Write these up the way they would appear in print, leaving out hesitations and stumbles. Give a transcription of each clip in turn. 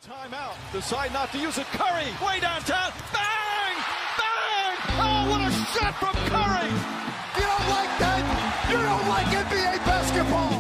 Timeout. Decide not to use it. Curry, way downtown. Bang! Bang! Oh, what a shot from Curry! You don't like that? You don't like NBA basketball.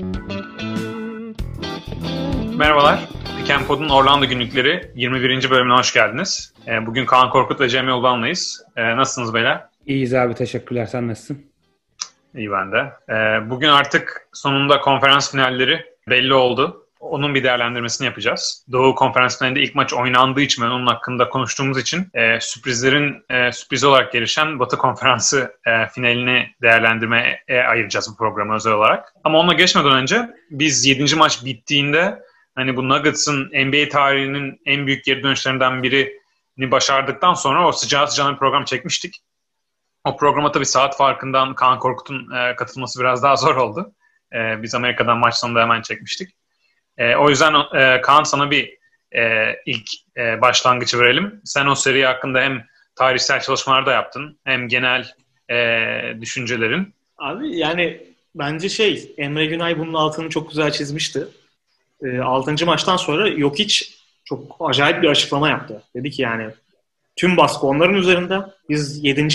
Merhabalar. Pick and Pod'un Orlando günlükleri 21. bölümüne hoş geldiniz. Bugün Kaan Korkut ve Cem Yoldan'layız. Nasılsınız beyler? İyiyiz abi, teşekkürler. Sen nasılsın? İyi ben de. Bugün artık sonunda konferans finalleri belli oldu. Onun bir değerlendirmesini yapacağız. Doğu Konferans finalinde ilk maç oynandığı için ve onun hakkında konuştuğumuz için sürprizlerin sürprizi olarak gelişen Batı Konferansı finalini değerlendirmeye ayıracağız bu programı özel olarak. Ama onunla geçmeden önce biz 7. maç bittiğinde hani bu Nuggets'ın NBA tarihinin en büyük geri dönüşlerinden birini başardıktan sonra o sıcağı sıcağına bir program çekmiştik. O programa tabii saat farkından Kaan Korkut'un katılması biraz daha zor oldu. Biz Amerika'dan maç sonunda hemen çekmiştik. O yüzden Kaan sana bir ilk başlangıcı verelim. Sen o seri hakkında hem tarihsel çalışmalar da yaptın hem genel düşüncelerin. Abi yani bence Emre Günay bunun altını çok güzel çizmişti. 6. maçtan sonra Jokic çok acayip bir açıklama yaptı. Dedi ki yani tüm baskı onların üzerinde. Biz 4.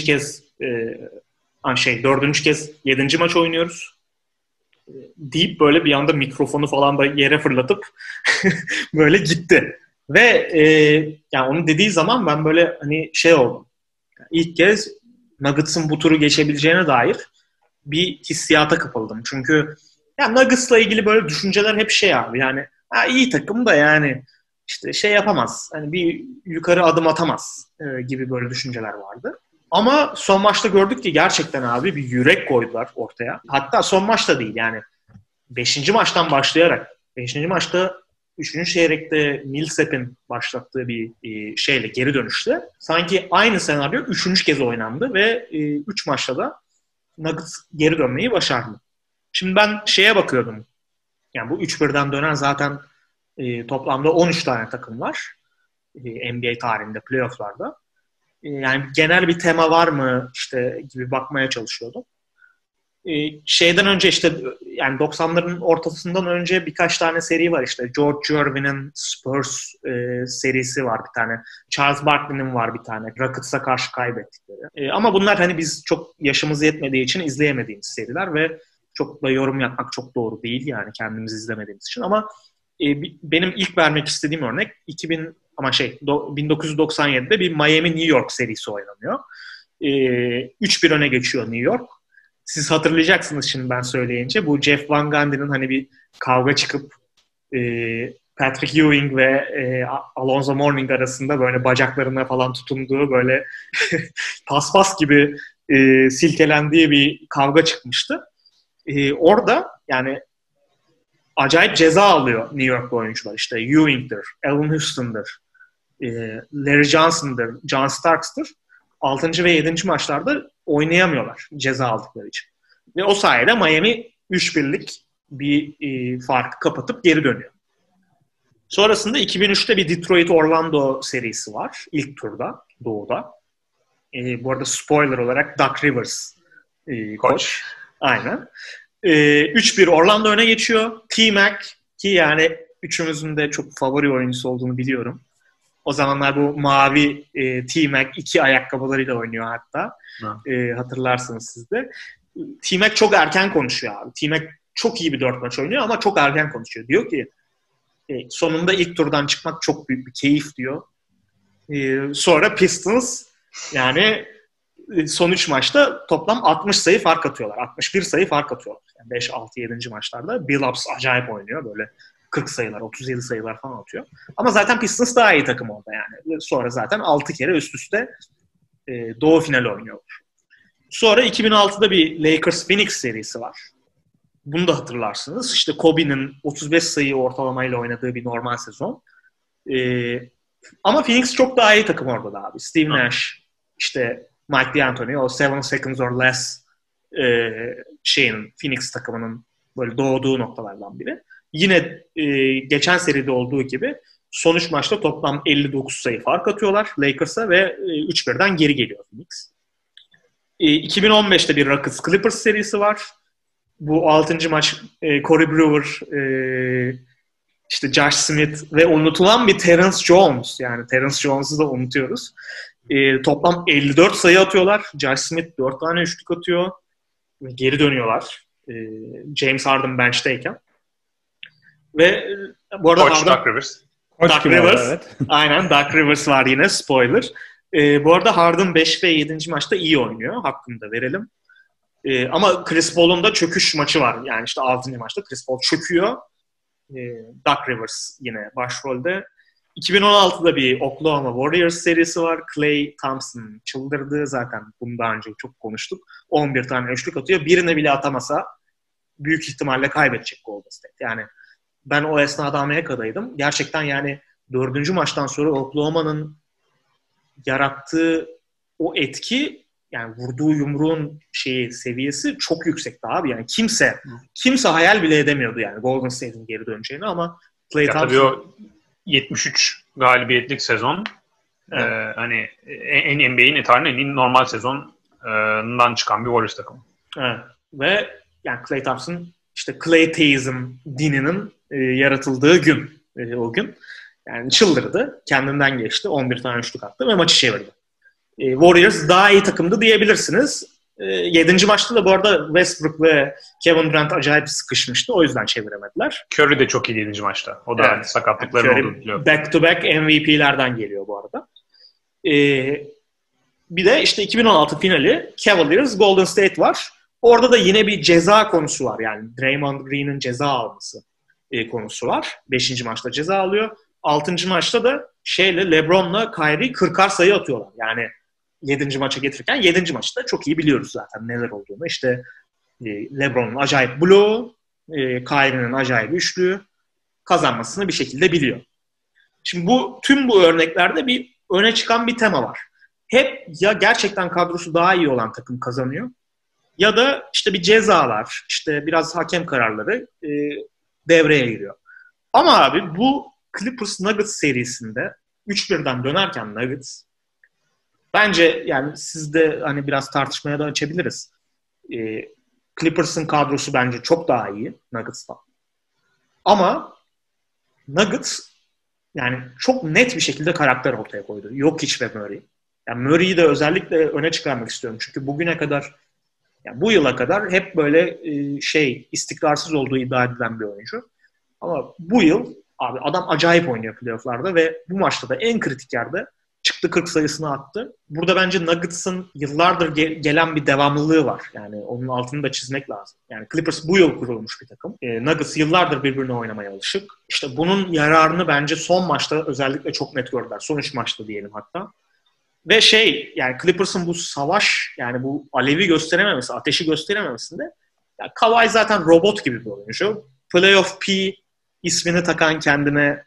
kez 7. maç oynuyoruz. Deyip böyle bir anda mikrofonu falan da yere fırlatıp böyle gitti. Ve yani onu dediği zaman ben böyle hani oldum. Yani ilk kez Nuggets'ın bu turu geçebileceğine dair bir hissiyata kapıldım. Çünkü yani Nuggets'la ilgili böyle düşünceler hep abi yani iyi takım da yani işte yapamaz. Hani bir yukarı adım atamaz gibi böyle düşünceler vardı. Ama son maçta gördük ki gerçekten abi bir yürek koydular ortaya. Hatta son maçta değil yani 5. maçtan başlayarak 5. maçta 3. çeyrekte Millsap'in başlattığı bir şeyle geri dönüşte sanki aynı senaryo 3. kez oynandı ve 3 maçta da Nuggets geri dönmeyi başardı. Şimdi ben bakıyordum. Yani bu 3-1'den dönen zaten toplamda 13 tane takım var. NBA tarihinde, playoff'larda. Yani genel bir tema var mı gibi bakmaya çalışıyordum. Şeyden önce yani 90'ların ortasından önce birkaç tane seri var George Gervin'in Spurs serisi var bir tane. Charles Barkley'nin var bir tane. Rockets'a karşı kaybettikleri. Ama bunlar hani biz çok yaşımız yetmediği için izleyemediğimiz seriler ve çok da yorum yapmak çok doğru değil yani kendimiz izlemediğimiz için. Ama benim ilk vermek istediğim örnek 1997'de bir Miami-New York serisi oynanıyor. 3-1 öne geçiyor New York. Siz hatırlayacaksınız şimdi ben söyleyince. Bu Jeff Van Gundy'nin hani bir kavga çıkıp Patrick Ewing ve Alonzo Mourning arasında böyle bacaklarına falan tutunduğu böyle paspas gibi silkelendiği bir kavga çıkmıştı. Orada yani acayip ceza alıyor New York'lu oyuncular. Ewing'dir, Allen Houston'dır, Larry Johnson'dır, John Starks'tır. 6. ve 7. maçlarda oynayamıyorlar ceza aldıkları için. Ve o sayede Miami 3-1'lik bir farkı kapatıp geri dönüyor. Sonrasında 2003'te bir Detroit-Orlando serisi var. İlk turda, Doğu'da. Bu arada spoiler olarak Doc Rivers koç. Aynen. 3-1 Orlando öne geçiyor. T-Mac ki yani üçümüzün de çok favori oyuncusu olduğunu biliyorum. O zamanlar bu mavi T-Mac 2 ayakkabılarıyla oynuyor hatta. Hatırlarsınız siz de. T-Mac çok erken konuşuyor abi. T-Mac çok iyi bir 4 maç oynuyor ama çok erken konuşuyor. Diyor ki sonunda ilk turdan çıkmak çok büyük bir keyif diyor. Sonra Pistons yani son 3 maçta toplam 60 sayı fark atıyorlar. 61 sayı fark atıyorlar. Yani 5, 6, 7. maçlarda. Billups acayip oynuyor. Böyle 40 sayılar, 37 sayılar falan atıyor. Ama zaten Pistons daha iyi takım orada yani. Sonra zaten 6 kere üst üste Doğu finali oynuyorlar. Sonra 2006'da bir Lakers-Phoenix serisi var. Bunu da hatırlarsınız. Kobe'nin 35 sayı ortalamayla oynadığı bir normal sezon. Ama Phoenix çok daha iyi takım orada da abi. Steve Nash, Mike D'Antoni, o 7 seconds or less Phoenix takımının böyle doğduğu noktalardan biri. Yine geçen seride olduğu gibi son 3 maçta toplam 59 sayı fark atıyorlar Lakers'a ve 3-1'den geri geliyor Phoenix. 2015'te bir Rockets Clippers serisi var. Bu 6. maç Corey Brewer işte Josh Smith ve unutulan bir Terence Jones. Yani Terence Jones'u da unutuyoruz. Toplam 54 sayı atıyorlar. Josh Smith 4 tane üçlük atıyor. Geri dönüyorlar. James Harden bench'teyken. Ve bu arada Coach Doc Rivers. Doc Rivers. Evet. Aynen, Doc Rivers var yine. Spoiler. Bu arada Harden 5 ve 7. maçta iyi oynuyor. Hakkını da verelim. Ama Chris Paul'un da çöküş maçı var. Yani işte 6. maçta Chris Paul çöküyor. Doc Rivers yine başrolde. 2016'da bir Oklahoma Warriors serisi var. Klay Thompson çıldırdı. Zaten bunu daha önce çok konuştuk. 11 tane üçlük atıyor. Birine bile atamasa büyük ihtimalle kaybedecek Golden State. Yani ben o esnada Amerika'daydım. Gerçekten yani 4. maçtan sonra Oklahoma'nın yarattığı o etki, yani vurduğu yumruğun seviyesi çok yüksekti abi. Yani kimse hayal bile edemiyordu yani Golden State'in geri döneceğini, ama Klay Thompson... Tabii o 73 galibiyetlik sezon, evet. Hani NBA'in tarihinin en iyi normal sezondan çıkan bir Warriors takımı. Evet. Ve yani Klay Thompson işte Clay'teizm dininin yaratıldığı gün, o gün. Yani çıldırdı. Kendinden geçti. 11 tane üçlük attı ve maçı çevirdi. Warriors daha iyi takımdı diyebilirsiniz. 7. maçta da bu arada Westbrook ve Kevin Durant acayip sıkışmıştı. O yüzden çeviremediler. Curry de çok iyi 7. maçta. O da sakatlıkların olduğunu biliyorum. Back to back MVP'lerden geliyor bu arada. Bir de işte 2016 finali Cavaliers Golden State var. Orada da yine bir ceza konusu var. Yani Draymond Green'in ceza alması konusu var. 5. maçta ceza alıyor. 6. maçta da LeBron'la Kyrie 40'ar sayı atıyorlar. Yani 7. maça getirirken 7. maçta çok iyi biliyoruz zaten neler olduğunu. İşte LeBron'un acayip bloğu, Kyrie'nin acayip üçlüğü, kazanmasını bir şekilde biliyor. Şimdi tüm bu örneklerde bir öne çıkan bir tema var. Hep ya gerçekten kadrosu daha iyi olan takım kazanıyor, ya da işte bir cezalar, işte biraz hakem kararları devreye giriyor. Ama abi bu Clippers Nuggets serisinde 3-1'den dönerken Nuggets, bence yani siz de hani biraz tartışmaya da açabiliriz. Clippers'ın kadrosu bence çok daha iyi Nuggets'tan. Ama Nuggets yani çok net bir şekilde karakter ortaya koydu. Jokic ve Murray. Yani Murray'i de özellikle öne çıkarmak istiyorum. Çünkü bugüne kadar, yani bu yıla kadar hep böyle istikrarsız olduğu iddia edilen bir oyuncu. Ama bu yıl abi adam acayip oynuyor playoff'larda ve bu maçta da en kritik yerde çıktı, 40 sayısını attı. Burada bence Nuggets'ın yıllardır gelen bir devamlılığı var. Yani onun altını da çizmek lazım. Yani Clippers bu yıl kurulmuş bir takım. Nuggets yıllardır birbirine oynamaya alışık. İşte bunun yararını bence son maçta özellikle çok net gördüler. Son 3 maçta diyelim hatta. Ve yani Clippers'ın bu savaş, yani bu alevi gösterememesi, ateşi gösterememesinde, yani Kawhi zaten robot gibi bir oyuncu. Playoff P ismini takan kendine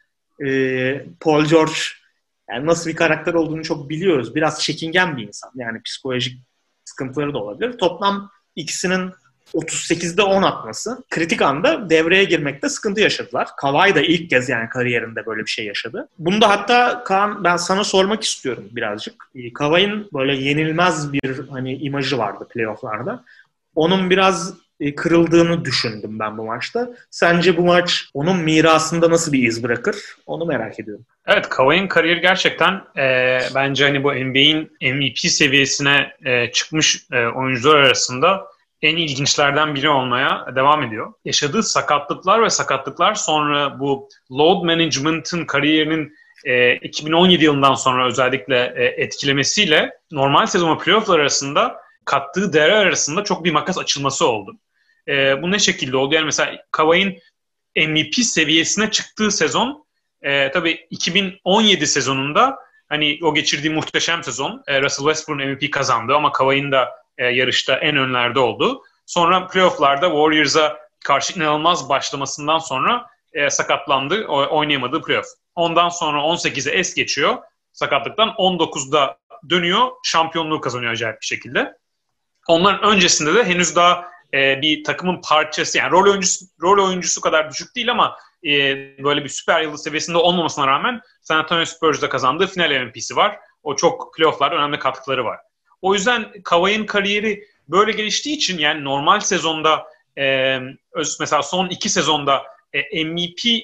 Paul George, yani nasıl bir karakter olduğunu çok biliyoruz. Biraz çekingen bir insan. Yani psikolojik sıkıntıları da olabilir. Toplam ikisinin 38'de 10 atması kritik anda devreye girmekte sıkıntı yaşadılar. Kawhi da ilk kez yani kariyerinde böyle bir şey yaşadı. Bunu da hatta Kaan, ben sana sormak istiyorum birazcık. Kawhi'nin böyle yenilmez bir hani imajı vardı playoff'larda. Onun biraz kırıldığını düşündüm ben bu maçta. Sence bu maç onun mirasında nasıl bir iz bırakır? Onu merak ediyorum. Evet, Kawhi'nin kariyeri gerçekten bence hani bu NBA'in MVP seviyesine çıkmış oyuncular arasında en ilginçlerden biri olmaya devam ediyor. Yaşadığı sakatlıklar sonra bu load management'ın kariyerinin 2017 yılından sonra özellikle etkilemesiyle normal sezon ve playoff'lar arasında kattığı değer arasında çok bir makas açılması oldu. Bu ne şekilde oldu? Yani mesela Kawhi'nin MVP seviyesine çıktığı sezon tabii 2017 sezonunda hani o geçirdiği muhteşem sezon Russell Westbrook'un MVP kazandı ama Kawhi'nin de yarışta en önlerde oldu. Sonra playoff'larda Warriors'a karşı inanılmaz başlamasından sonra sakatlandı. Oynayamadığı playoff. Ondan sonra 18'e es geçiyor sakatlıktan. 19'da dönüyor. Şampiyonluğu kazanıyor acayip bir şekilde. Onların öncesinde de henüz daha bir takımın parçası, yani rol oyuncusu kadar düşük değil ama böyle bir süper yıldız seviyesinde olmamasına rağmen San Antonio Spurs'da kazandığı final MVP'si var. O çok playoff'larda önemli katkıları var. O yüzden Kawhi'nin kariyeri böyle geliştiği için, yani normal sezonda mesela son 2 sezonda MVP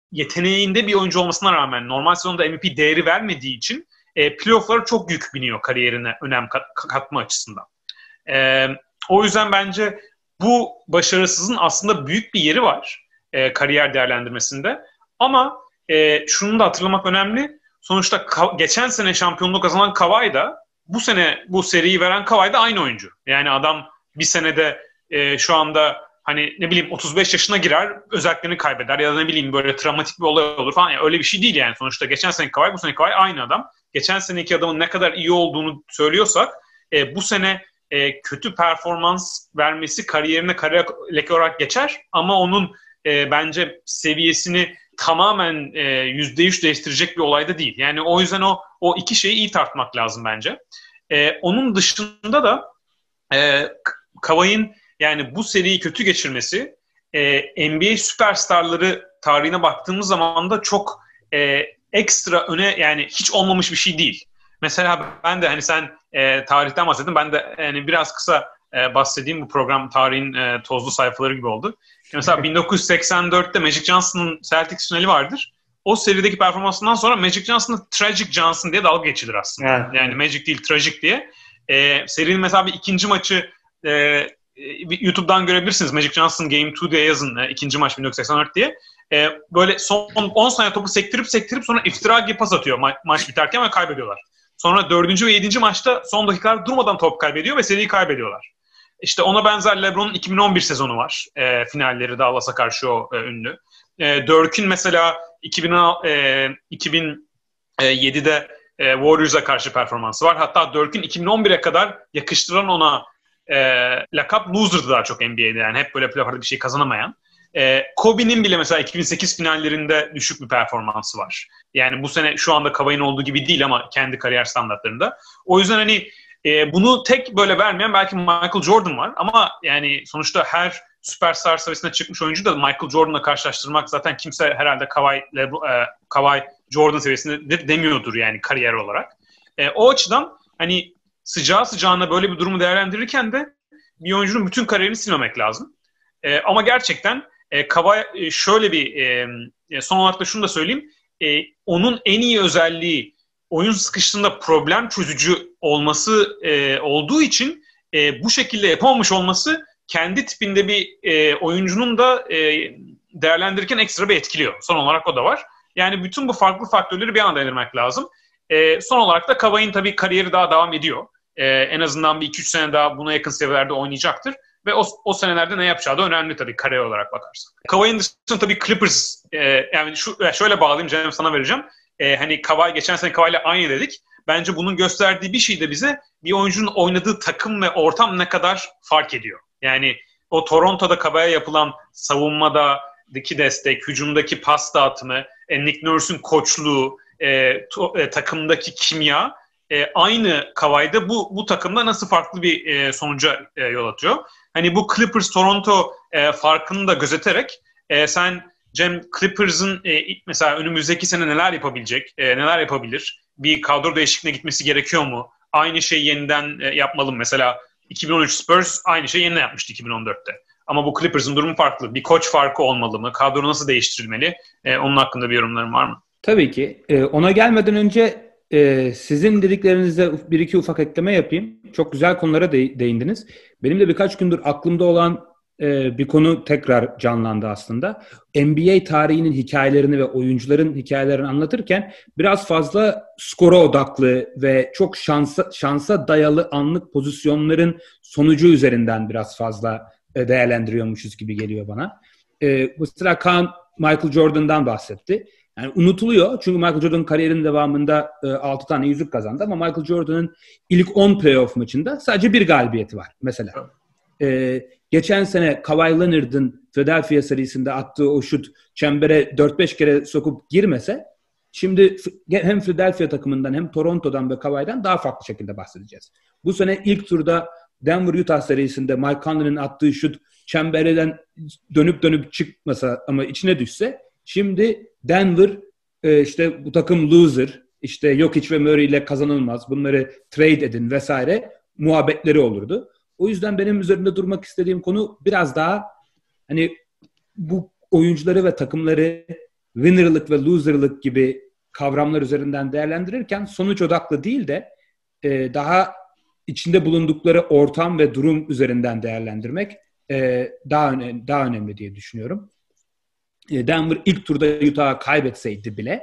yeteneğinde bir oyuncu olmasına rağmen normal sezonda MVP değeri vermediği için playoff'lara çok yük biniyor kariyerine önem katma açısından. O yüzden bence bu başarısızın aslında büyük bir yeri var kariyer değerlendirmesinde. Ama şunu da hatırlamak önemli. Sonuçta geçen sene şampiyonluğu kazanan Kawhi da bu sene bu seriyi veren Kawhi da aynı oyuncu. Yani adam bir senede şu anda hani ne bileyim 35 yaşına girer, özelliklerini kaybeder ya da ne bileyim böyle travmatik bir olay olur falan. Yani öyle bir şey değil yani. Sonuçta geçen sene Kawhi, bu sene Kawhi aynı adam. Geçen seneki adamın ne kadar iyi olduğunu söylüyorsak bu sene kötü performans vermesi kariyerine kare leke olarak geçer. Ama onun bence seviyesini tamamen %100 değiştirecek bir olay da değil. Yani o yüzden o iki şeyi iyi tartmak lazım bence. Onun dışında da Kawhi'nin yani bu seriyi kötü geçirmesi NBA süperstarları tarihine baktığımız zaman da çok ekstra öne yani hiç olmamış bir şey değil. Mesela ben de hani sen tarihten bahsettin. Ben de yani biraz kısa bahsedeyim. Bu program tarihin tozlu sayfaları gibi oldu. Mesela 1984'te Magic Johnson'ın Celtics finali vardır. O serideki performansından sonra Magic Johnson'a Tragic Johnson diye dalga geçilir aslında. Evet. Yani Magic değil Tragic diye. Serinin mesela bir ikinci maçı YouTube'dan görebilirsiniz. Magic Johnson Game 2 diye yazın. İkinci maç 1984 diye. Böyle son 10 saniye topu sektirip sonra iftira gibi pas atıyor maç biterken ve kaybediyorlar. Sonra 4. ve 7. maçta son dakikalar durmadan top kaybediyor ve seriyi kaybediyorlar. İşte ona benzer LeBron'un 2011 sezonu var. Finalleri Dallas'a karşı o ünlü. Dirk'ün mesela 2007'de Warriors'a karşı performansı var. Hatta Dirk'ün 2011'e kadar yakıştıran ona lakap loser'dı daha çok NBA'de. Yani hep böyle playoff'larda bir şey kazanamayan. Kobe'nin bile mesela 2008 finallerinde düşük bir performansı var. Yani bu sene şu anda Kawhi'nin olduğu gibi değil ama kendi kariyer standartlarında. O yüzden hani bunu tek böyle vermeyen belki Michael Jordan var ama yani sonuçta her süperstar seviyesine çıkmış oyuncu da Michael Jordan'la karşılaştırmak zaten kimse herhalde Kawhi Jordan seviyesinde demiyordur yani kariyer olarak. O açıdan hani sıcağı sıcağına böyle bir durumu değerlendirirken de bir oyuncunun bütün kariyerini silmemek lazım. Ama gerçekten Kawhi şöyle bir son olarak da şunu da söyleyeyim. Onun en iyi özelliği oyun sıkıştığında problem çözücü olması olduğu için bu şekilde yapamamış olması kendi tipinde bir oyuncunun da değerlendirirken ekstra bir etkiliyor. Son olarak o da var. Yani bütün bu farklı faktörleri bir anda değerlendirmek lazım. Son olarak da Kawhi'nin tabii kariyeri daha devam ediyor. En azından bir 2-3 sene daha buna yakın seviyelerde oynayacaktır. Ve o senelerde ne yapacağı da önemli tabii kariyer olarak bakarsak. Kawhi'nin dışında tabii Clippers, yani şöyle bağlayayım Cem sana vereceğim. Hani Kawhi, geçen sene Kawhi'yle aynı dedik. Bence bunun gösterdiği bir şey de bize bir oyuncunun oynadığı takım ve ortam ne kadar fark ediyor. Yani o Toronto'da Kawhi'ye yapılan savunmadaki destek, hücumdaki pas dağıtımı, Nick Nurse'un koçluğu, takımdaki kimya aynı Kawhi'de bu takımda nasıl farklı bir sonuca yol atıyor. Hani bu Clippers-Toronto farkını da gözeterek sen Cem Clippers'ın mesela önümüzdeki sene neler yapabilecek, neler yapabilir? Bir kadro değişikliğine gitmesi gerekiyor mu? Aynı şeyi yeniden yapmalı mı? Mesela 2013 Spurs aynı şeyi yeniden yapmıştı 2014'te. Ama bu Clippers'ın durumu farklı. Bir koç farkı olmalı mı? Kadro nasıl değiştirilmeli? Onun hakkında bir yorumların var mı? Tabii ki. Ona gelmeden önce sizin dediklerinize bir iki ufak ekleme yapayım. Çok güzel konulara değindiniz. Benim de birkaç gündür aklımda olan bir konu tekrar canlandı aslında. NBA tarihinin hikayelerini ve oyuncuların hikayelerini anlatırken biraz fazla skora odaklı ve çok şansa dayalı anlık pozisyonların sonucu üzerinden biraz fazla değerlendiriyormuşuz gibi geliyor bana. Mesela Kaan Michael Jordan'dan bahsetti. Yani unutuluyor çünkü Michael Jordan'ın kariyerinin devamında 6 tane yüzük kazandı ama Michael Jordan'ın ilk 10 playoff maçında sadece bir galibiyeti var mesela. Geçen sene Kawhi Leonard'ın Philadelphia serisinde attığı o şut çembere 4-5 kere sokup girmese şimdi hem Philadelphia takımından hem Toronto'dan ve Kawhi'den daha farklı şekilde bahsedeceğiz. Bu sene ilk turda Denver-Utah serisinde Mike Conley'nin attığı şut çemberden dönüp çıkmasa ama içine düşse şimdi Denver işte bu takım loser, işte Jokic ve Murray ile kazanılmaz, bunları trade edin vesaire muhabbetleri olurdu. O yüzden benim üzerinde durmak istediğim konu biraz daha hani bu oyuncuları ve takımları winner'lık ve loser'lık gibi kavramlar üzerinden değerlendirirken sonuç odaklı değil de daha içinde bulundukları ortam ve durum üzerinden değerlendirmek daha önemli diye düşünüyorum. Denver ilk turda Utah'a kaybetseydi bile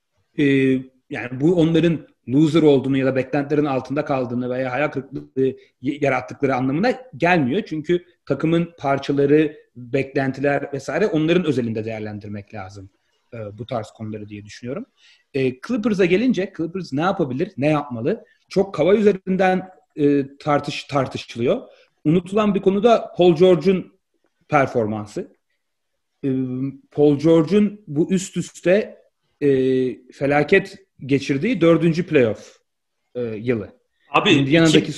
yani bu onların loser olduğunu ya da beklentilerin altında kaldığını veya hayal kırıklığı yarattıkları anlamına gelmiyor. Çünkü takımın parçaları, beklentiler vesaire onların özelinde değerlendirmek lazım bu tarz konuları diye düşünüyorum. Clippers'a gelince Clippers ne yapabilir, ne yapmalı? Çok Kawhi üzerinden tartışılıyor. Unutulan bir konu da Paul George'un performansı. Paul George'un bu üst üste felaket geçirdiği 4. playoff yılı. Abi Indiana'daki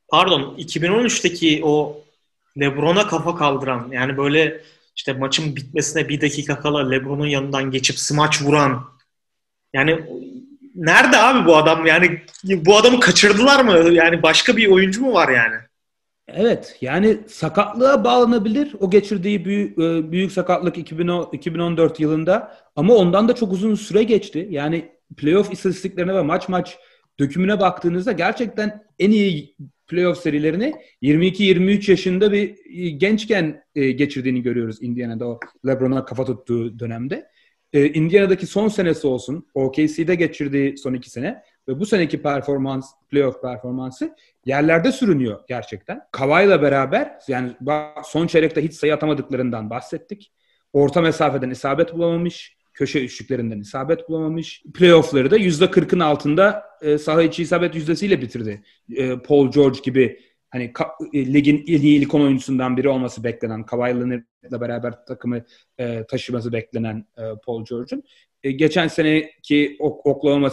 2013'teki o LeBron'a kafa kaldıran, yani böyle işte maçın bitmesine 1 dakika kala LeBron'un yanından geçip smaç vuran, yani nerede abi bu adam? Yani bu adamı kaçırdılar mı? Yani başka bir oyuncu mu var yani? Evet, yani sakatlığa bağlanabilir. O geçirdiği büyük sakatlık 2014 yılında, ama ondan da çok uzun süre geçti. Yani playoff istatistiklerine ve maç dökümüne baktığınızda gerçekten en iyi playoff serilerini 22-23 yaşında bir gençken geçirdiğini görüyoruz Indiana'da, o LeBron'a kafa tuttuğu dönemde. Indiana'daki son senesi olsun, OKC'de geçirdiği son 2 sene ve bu seneki playoff performansı yerlerde sürünüyor gerçekten. Kawhi'la beraber, yani son çeyrekte hiç sayı atamadıklarından bahsettik. Orta mesafeden isabet bulamamış, köşe üçlüklerinden isabet bulamamış. Playoff'ları da %40'ın altında saha içi isabet yüzdesiyle bitirdi. Paul George gibi hani ligin en iyi ilk 10 oyuncusundan biri olması beklenen, Kawhi Leonard'la beraber takımı taşıması beklenen Paul George'un geçen seneki Oklahoma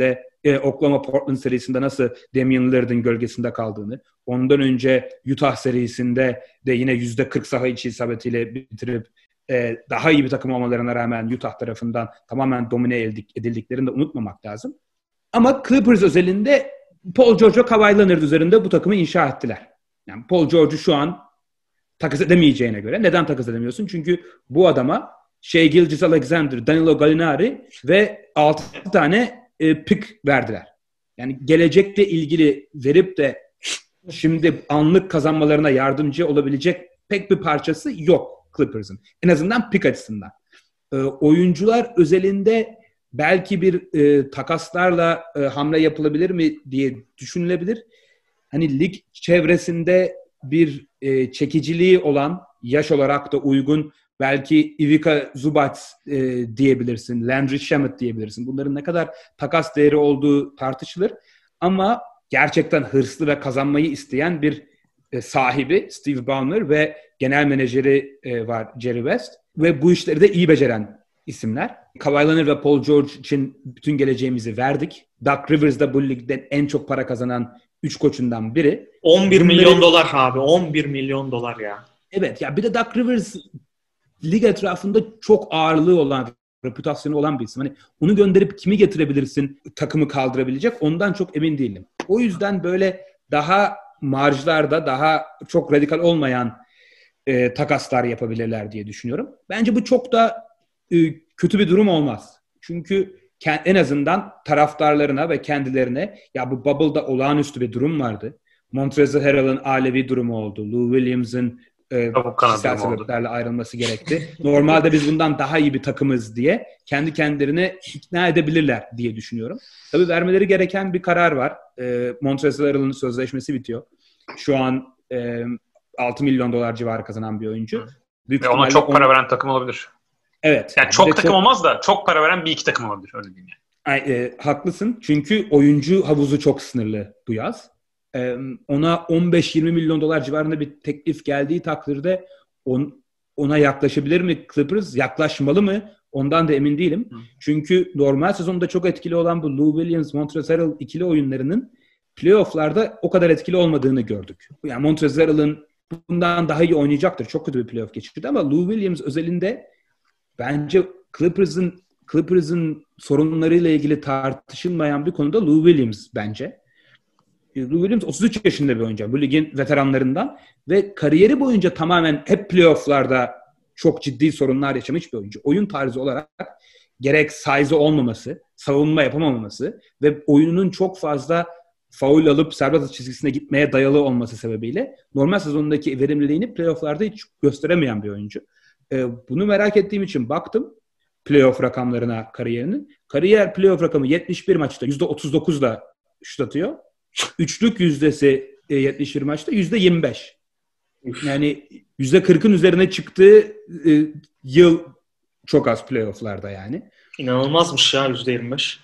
Portland serisinde nasıl Damian Lillard'ın gölgesinde kaldığını, ondan önce Utah serisinde de yine %40 saha içi isabetiyle bitirip daha iyi bir takım olmalarına rağmen Utah tarafından tamamen domine edildiklerini de unutmamak lazım. Ama Clippers özelinde Paul George ve Kawhi Leonard üzerinde bu takımı inşa ettiler. Yani Paul George'u şu an takas edemeyeceğine göre. Neden takas edemiyorsun? Çünkü bu adama Shai Gilgeous-Alexander, Danilo Gallinari ve 6 tane pick verdiler. Yani gelecekle ilgili verip de şimdi anlık kazanmalarına yardımcı olabilecek pek bir parçası yok Clippers'ın. En azından pick açısından. Oyuncular özelinde belki bir takaslarla hamle yapılabilir mi diye düşünülebilir. Hani lig çevresinde bir çekiciliği olan, yaş olarak da uygun, belki Ivica Zubac diyebilirsin, Landry Shamet diyebilirsin. Bunların ne kadar takas değeri olduğu tartışılır. Ama gerçekten hırslı ve kazanmayı isteyen bir sahibi Steve Ballmer ve genel menajeri var Jerry West. Ve bu işleri de iyi beceren isimler. Kawhi Leonard ve Paul George için bütün geleceğimizi verdik. Doug Rivers da bu ligden en çok para kazanan 3 koçundan biri. 11 milyon dolar abi. 11 milyon dolar ya. Evet ya, bir de Doug Rivers lig etrafında çok ağırlığı olan, reputasyonu olan bir isim. Hani onu gönderip kimi getirebilirsin takımı kaldırabilecek, ondan çok emin değilim. O yüzden böyle daha marjlarda, daha çok radikal olmayan takaslar yapabilirler diye düşünüyorum. Bence bu çok da kötü bir durum olmaz. Çünkü en azından taraftarlarına ve kendilerine, ya bu Bubble'da olağanüstü bir durum vardı. Montrezl Harrell'ın ailevi durumu oldu. Lou Williams'ın kişisel sebeplerle ayrılması gerekti. Normalde biz bundan daha iyi bir takımız diye kendi kendilerine ikna edebilirler diye düşünüyorum. Tabii vermeleri gereken bir karar var. Montrezl Harrell'ın sözleşmesi bitiyor. Şu an 6 milyon dolar civarı kazanan bir oyuncu. Büyük ve ona çok para veren takım olabilir. Evet. Yani çok takım olmaz da çok para veren bir iki takım olabilir. Öyle diyeyim yani. Haklısın. Çünkü oyuncu havuzu çok sınırlı bu yaz. Ona 15-20 milyon dolar civarında bir teklif geldiği takdirde ona yaklaşabilir mi Clippers? Yaklaşmalı mı? Ondan da emin değilim. Çünkü normal sezonda çok etkili olan bu Lou Williams, Montrezl Harrell ikili oyunlarının playoff'larda o kadar etkili olmadığını gördük. Yani Montrezl Harrell'ın bundan daha iyi oynayacaktır. Çok kötü bir playoff geçirdi ama Lou Williams özelinde bence Clippers'ın sorunlarıyla ilgili tartışılmayan bir konuda Lou Williams bence. Lou Williams 33 yaşında bir oyuncu. Bu ligin veteranlarından ve kariyeri boyunca tamamen hep playoff'larda çok ciddi sorunlar yaşamış bir oyuncu. Oyun tarzı olarak gerek size'ı olmaması, savunma yapamaması ve oyununun çok fazla faul alıp serbest atış çizgisine gitmeye dayalı olması sebebiyle normal sezonundaki verimliliğini playoff'larda hiç gösteremeyen bir oyuncu. Bunu merak ettiğim için baktım playoff rakamlarına kariyerinin. Kariyer playoff rakamı 71 maçta %39'la şut atıyor. Üçlük yüzdesi 71 maçta %25. Yani %40'ın üzerine çıktığı yıl çok az playoff'larda yani. İnanılmazmış ya %25.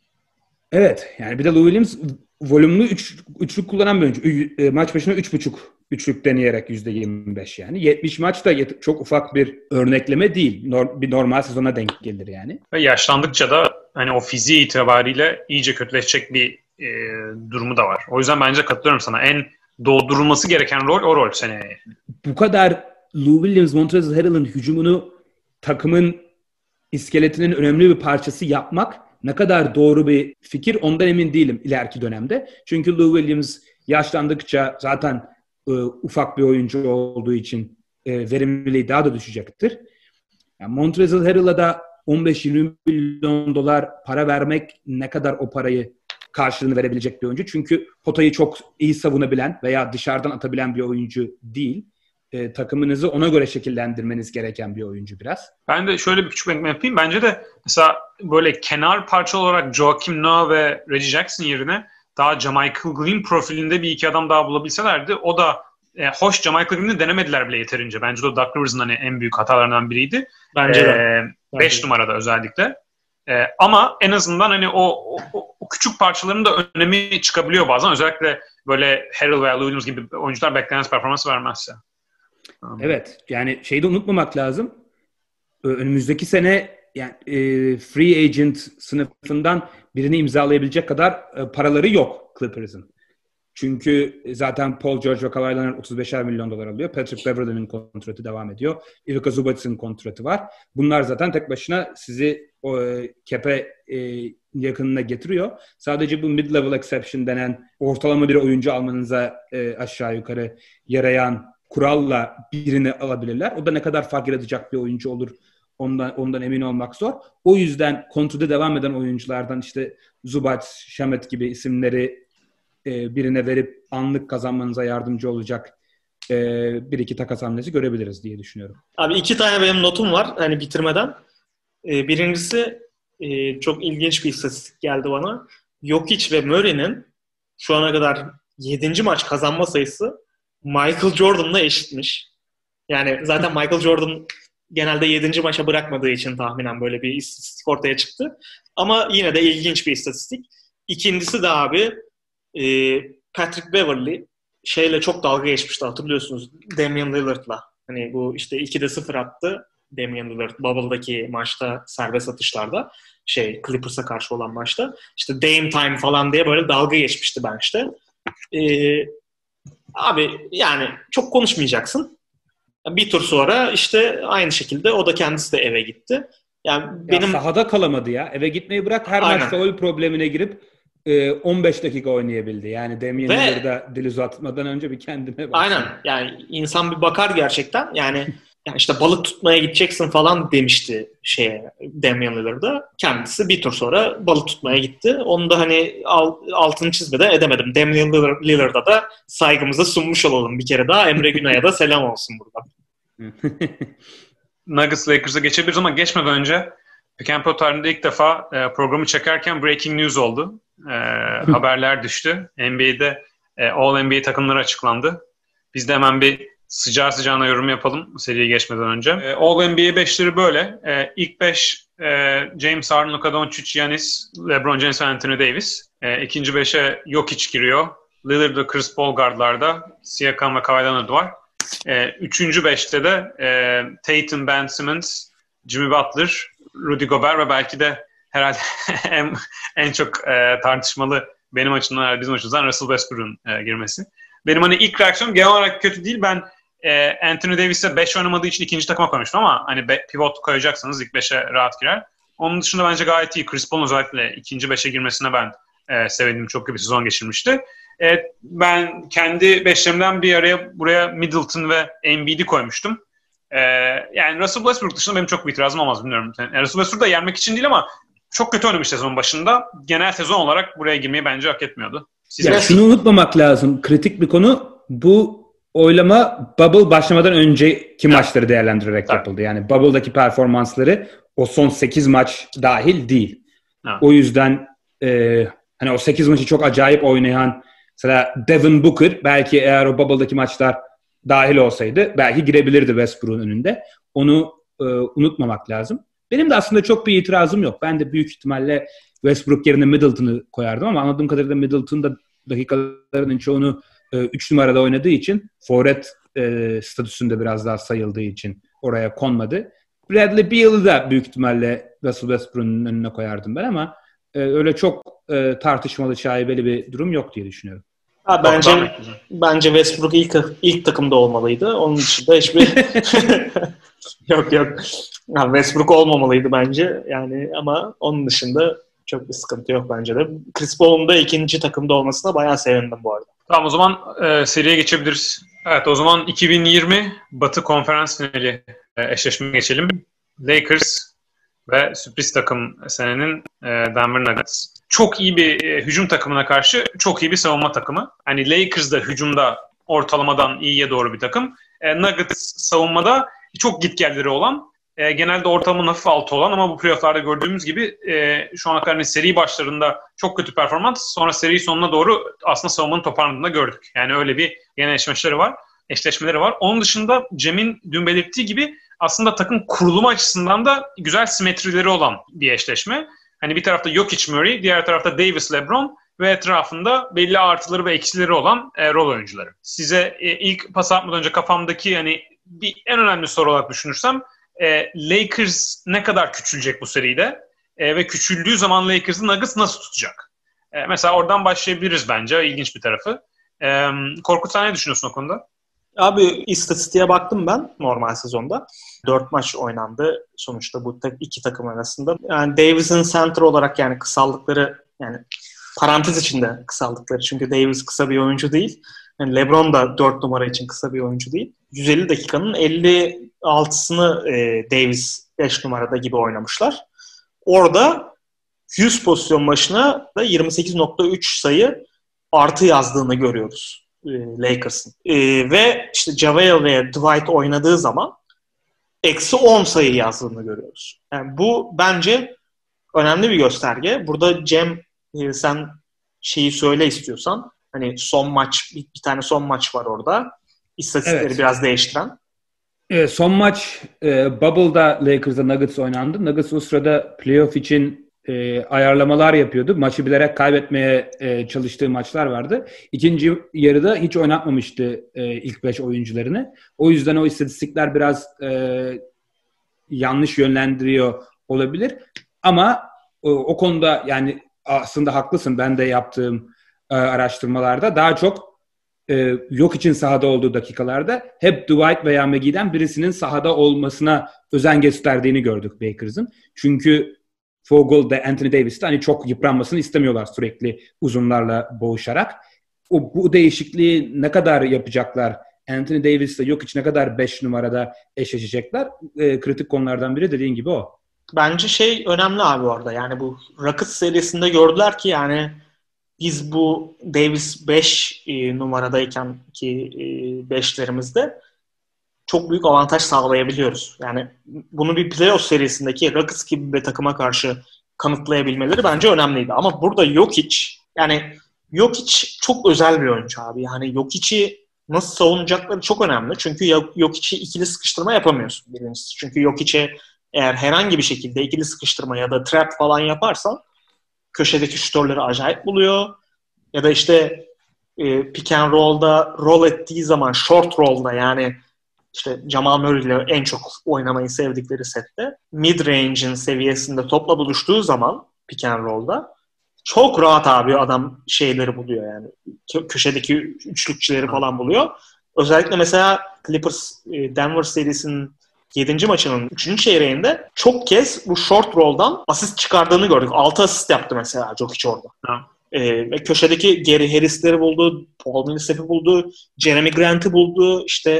Evet. Yani bir de Lou Williams volümlü üçlük kullanan bir oyuncu. Maç başına 3,5 üçlük deneyerek %25 yani. 70 maç da çok ufak bir örnekleme değil. Bir normal sezona denk gelir yani. Ve yaşlandıkça da hani o fiziği itibariyle iyice kötüleşecek bir durumu da var. O yüzden bence katılıyorum sana. En doldurulması gereken rol o rol seneye. Bu kadar Lou Williams, Montrezl Harrell'ın hücumunu takımın iskeletinin önemli bir parçası yapmak ne kadar doğru bir fikir ondan emin değilim ileriki dönemde. Çünkü Lou Williams yaşlandıkça zaten ufak bir oyuncu olduğu için verimliliği daha da düşecektir. Yani Montrezl Harrell'a da 15-20 milyon dolar para vermek ne kadar o parayı karşılığını verebilecek bir oyuncu. Çünkü potayı çok iyi savunabilen veya dışarıdan atabilen bir oyuncu değil. Takımınızı ona göre şekillendirmeniz gereken bir oyuncu biraz. Ben de şöyle bir küçük ekleme yapayım. Bence de mesela böyle kenar parça olarak Joakim Noah ve Reggie Jackson yerine daha JaMychal Green profilinde bir iki adam daha bulabilselerdi o da hoş JaMychal Green'i denemediler bile yeterince. Bence de Doug Rivers'ın hani en büyük hatalarından biriydi. Bence de. 5 numarada özellikle. Ama en azından hani o küçük parçaların da önemi çıkabiliyor bazen. Özellikle böyle Harrell veya Lou Williams gibi oyuncular beklenen performansı vermezse. Evet. Yani şeyi de unutmamak lazım. Önümüzdeki sene yani free agent sınıfından birini imzalayabilecek kadar paraları yok Clippers'ın. Çünkü zaten Paul George ve Kawhi Leonard 35'er milyon dolar alıyor. Patrick Beverley'nin kontratı devam ediyor. Ivica Zubac'ın kontratı var. Bunlar zaten tek başına sizi cap'e yakınına getiriyor. Sadece bu mid-level exception denen ortalama bir oyuncu almanıza aşağı yukarı yarayan kuralla birini alabilirler. O da ne kadar fark yaratacak bir oyuncu olur ondan emin olmak zor. O yüzden kontrada devam eden oyunculardan işte Zubac, Shamet gibi isimleri birine verip anlık kazanmanıza yardımcı olacak bir iki takas hamlesi görebiliriz diye düşünüyorum. Abi 2 tane benim notum var hani bitirmeden. Birincisi çok ilginç bir istatistik geldi bana. Jokic ve Murray'nin şu ana kadar 7. maç kazanma sayısı Michael Jordan'la eşitmiş. Yani zaten Michael Jordan genelde 7. maça bırakmadığı için tahminen böyle bir istatistik ortaya çıktı. Ama yine de ilginç bir istatistik. İkincisi de abi Patrick Beverley şeyle çok dalga geçmişti hatırlıyorsunuz Damian Lillard'la. Hani bu işte 2'de 0 attı Damian Lillard Bubble'daki maçta serbest atışlarda Clippers'a karşı olan maçta. İşte Dame time falan diye böyle dalga geçmişti ben işte. Abi yani çok konuşmayacaksın. Bir tur sonra işte aynı şekilde o da kendisi de eve gitti. Yani benim sahada kalamadı ya. Eve gitmeyi bırak her maç faul problemine girip 15 dakika oynayabildi. Yani Damian Lillard'a dil uzatmadan önce bir kendine baksın. Aynen. Yani insan bir bakar gerçekten. Yani işte balık tutmaya gideceksin falan demişti Damian Lillard'a. Kendisi bir tur sonra balık tutmaya gitti. Onu da hani altını çizmeden edemedim. Damian Lillard'a da saygımızı sunmuş olalım bir kere daha. Emre Günay'a da selam olsun buradan. Nuggets Lakers'a geçebiliriz ama geçmeden önce Pick and Pop tarihinde ilk defa programı çekerken breaking news oldu. Haberler düştü. NBA'de All NBA takımları açıklandı. Biz de hemen bir sıcağı sıcağına yorum yapalım seriye geçmeden önce. All NBA 5'leri böyle. İlk 5 James Harden, Luka Doncic, Giannis, LeBron James ve Anthony Davis. İkinci 5'e Jokic giriyor. Lillard ve Chris Paul guardlarda. Siakam ve Kawhi Leonard var. Üçüncü 5'te de Tatum, Ben Simmons, Jimmy Butler, Rudy Gobert ve belki de herhalde en çok tartışmalı benim açımdan, bizim açımızdan Russell Westbrook'un girmesi. Benim hani ilk reaksiyonum genel olarak kötü değil. Ben Anthony Davis'e 5 oynamadığı için ikinci takıma koymuştum ama hani pivot koyacaksanız ilk 5'e rahat girer. Onun dışında bence gayet iyi. Chris Paul'un özellikle ikinci 5'e girmesine ben sevindim. Çok iyi bir sezon geçirmişti. Ben kendi 5'lerimden bir araya buraya Middleton ve Embiid'i koymuştum. Yani Russell Westbrook dışında benim çok bir itirazım olmaz, bilmiyorum. Yani Russell Westbrook da yenmek için değil ama çok kötü oynamış sezon başında. Genel sezon olarak buraya girmeyi bence hak etmiyordu. Şunu unutmamak lazım. Kritik bir konu. Bu oylama Bubble başlamadan önceki maçları değerlendirerek yapıldı. Yani Bubble'daki performansları o son 8 maç dahil değil. O yüzden hani o 8 maçı çok acayip oynayan mesela Devin Booker belki eğer o Bubble'daki maçlar dahil olsaydı belki girebilirdi Westbrook'un önünde. Onu unutmamak lazım. Benim de aslında çok bir itirazım yok. Ben de büyük ihtimalle Westbrook yerine Middleton'ı koyardım ama anladığım kadarıyla Middleton da dakikalarının çoğunu 3 numarada oynadığı için forvet statüsünde biraz daha sayıldığı için oraya konmadı. Bradley Beal'ı da büyük ihtimalle Russell Westbrook'un önüne koyardım ben ama öyle çok tartışmalı, şaibeli bir durum yok diye düşünüyorum. Bence Westbrook ilk takımda olmalıydı. Onun dışında hiçbir yok. Yani Westbrook olmamalıydı bence. Yani ama onun dışında çok bir sıkıntı yok bence de. Chris Paul'un da ikinci takımda olmasına bayağı sevindim bu arada. Tamam, o zaman seriye geçebiliriz. Evet, o zaman 2020 Batı Konferans Finali eşleşmeye geçelim. Lakers ve sürpriz takım senenin Denver Nuggets. Çok iyi bir hücum takımına karşı çok iyi bir savunma takımı. Hani Lakers da hücumda ortalamadan iyiye doğru bir takım. Nuggets savunmada çok gitgelleri olan, genelde ortalamanın hafif altı olan ama bu playoff'larda gördüğümüz gibi şu ana kadar hani seri başlarında çok kötü performans, sonra seri sonuna doğru aslında savunmanın toparlandığını gördük. Yani öyle bir genel eşleşmeleri var. Onun dışında Cem'in dün belirttiği gibi aslında takım kurulumu açısından da güzel simetrileri olan bir eşleşme. Hani bir tarafta Jokic, Murray, diğer tarafta Davis, LeBron ve etrafında belli artıları ve eksileri olan rol oyuncuları. Size ilk pas atmadan önce kafamdaki hani en önemli soru olarak düşünürsem Lakers ne kadar küçülecek bu seride ve küçüldüğü zaman Lakers'ı Nuggets nasıl tutacak? Mesela oradan başlayabiliriz bence. İlginç bir tarafı. Korkut, sen ne düşünüyorsun o konuda? Abi istatistiğe baktım ben normal sezonda. 4 maç oynandı sonuçta bu iki takım arasında. Yani Davis'in center olarak yani kısaldıkları, yani parantez içinde kısaldıkları, çünkü Davis kısa bir oyuncu değil. Yani LeBron da 4 numara için kısa bir oyuncu değil. 150 dakikanın 56'sını Davis 5 numarada gibi oynamışlar. Orada 100 pozisyon başına da 28.3 sayı artı yazdığını görüyoruz Lakers'ın. Ve işte JaVale ve Dwight oynadığı zaman eksi 10 sayı yazdığını görüyoruz. Yani bu bence önemli bir gösterge. Burada Cem, sen şeyi söyle istiyorsan. Hani son maç, bir tane son maç var orada. İstatistikleri biraz değiştiren. Son maç Bubble'da Lakers'da Nuggets oynandı. Nuggets o sırada playoff için ayarlamalar yapıyordu. Maçı bilerek kaybetmeye çalıştığı maçlar vardı. İkinci yarıda hiç oynatmamıştı ilk 5 oyuncularını. O yüzden o istatistikler biraz yanlış yönlendiriyor olabilir. Ama o konuda yani aslında haklısın. Ben de yaptığım araştırmalarda daha çok yok için sahada olduğu dakikalarda hep Dwight veya McGee'den birisinin sahada olmasına özen gösterdiğini gördük Lakers'ın. Çünkü Vogel de Anthony Davis de hani çok yıpranmasını istemiyorlar sürekli uzunlarla boğuşarak. Bu değişikliği ne kadar yapacaklar? Anthony Davis ile Jokic ne kadar 5 numarada eşleşecekler? Kritik konulardan biri dediğin gibi o. Bence şey önemli abi orada. Yani bu Rockets serisinde gördüler ki yani biz bu Davis 5 numaradayken ki 5'lerimizde çok büyük avantaj sağlayabiliyoruz. Yani bunu bir playoff serisindeki Rockets gibi bir takıma karşı kanıtlayabilmeleri bence önemliydi. Ama burada Jokic çok özel bir oyuncu abi. Yani Jokic'i nasıl savunacakları çok önemli. Çünkü Jokic'i ikili sıkıştırma yapamıyorsun birincisi. Çünkü Jokic'e eğer herhangi bir şekilde ikili sıkıştırma ya da trap falan yaparsan köşedeki şutörleri acayip buluyor. Ya da işte pick and roll'da roll ettiği zaman, short roll'da yani işte Jamal Murray ile en çok oynamayı sevdikleri sette mid-range'in seviyesinde topla buluştuğu zaman pick and roll'da çok rahat abi adam şeyleri buluyor yani. Köşedeki üçlükçüleri falan buluyor. Özellikle mesela Clippers Denver serisinin 7. maçının 3. çeyreğinde çok kez bu short roll'dan asist çıkardığını gördük. 6 asist yaptı mesela Jokic orada. Ve köşedeki Gary Harris'leri buldu, Paul Millsap'i buldu, Jeremy Grant'i buldu, işte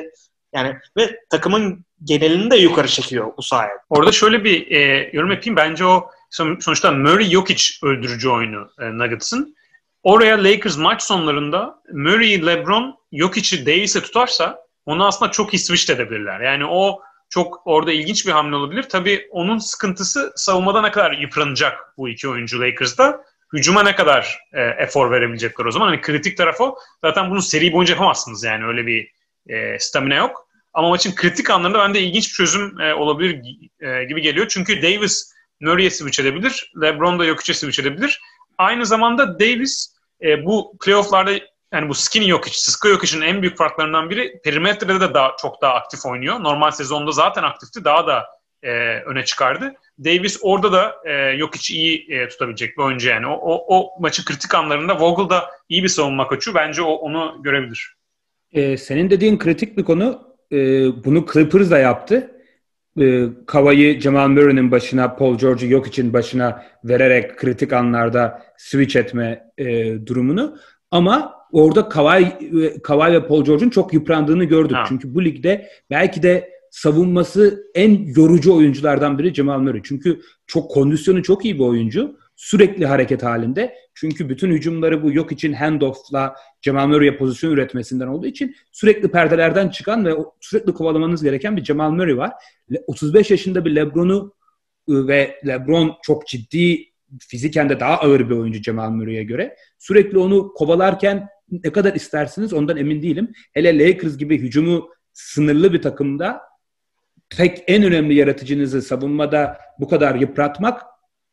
Yani ve takımın genelini de yukarı çekiyor bu sayede. Orada şöyle bir yorum yapayım. Bence o sonuçta Murray-Jokic öldürücü oyunu Nuggets'ın. Oraya Lakers maç sonlarında Murray'i, LeBron, Jokic'i Davis'e tutarsa onu aslında çok iyi switch edebilirler. Yani o çok orada ilginç bir hamle olabilir. Tabii onun sıkıntısı savunmada ne kadar yıpranacak bu iki oyuncu Lakers'da. Hücuma ne kadar efor verebilecekler o zaman. Hani kritik tarafı o. Zaten bunu seri boyunca yapamazsınız yani öyle bir stamina yok. Ama maçın kritik anlarında bende ilginç bir çözüm olabilir gibi geliyor. Çünkü Davis Murray'e switch edebilir. LeBron da Jokic'e switch edebilir. Aynı zamanda Davis bu playoff'larda yani bu skinny Jokic, Sıska Jokic'in en büyük farklarından biri perimetrede de çok daha aktif oynuyor. Normal sezonda zaten aktifti. Daha da öne çıkardı. Davis orada da Jokic iyi tutabilecek bir oyuncu yani. O maçın kritik anlarında Vogel da iyi bir savunma koçu. Bence onu görebilir. Senin dediğin kritik bir konu. Bunu Clippers da yaptı. Kawhi'yi Jamal Murray'nin başına, Paul George'u Jokic'in başına vererek kritik anlarda switch etme durumunu. Ama orada Kawhi ve Paul George'un çok yıprandığını gördük. Ha. Çünkü bu ligde belki de savunması en yorucu oyunculardan biri Jamal Murray. Çünkü kondisyonu çok iyi bir oyuncu. Sürekli hareket halinde. Çünkü bütün hücumları bu Jokic'in handoff'la Jamal Murray'e pozisyon üretmesinden olduğu için sürekli perdelerden çıkan ve sürekli kovalamanız gereken bir Jamal Murray var. 35 yaşında bir LeBron'u ve LeBron çok ciddi fiziken de daha ağır bir oyuncu Jamal Murray'e göre. Sürekli onu kovalarken ne kadar istersiniz ondan emin değilim. Hele Lakers gibi hücumu sınırlı bir takımda en önemli yaratıcınızı savunmada bu kadar yıpratmak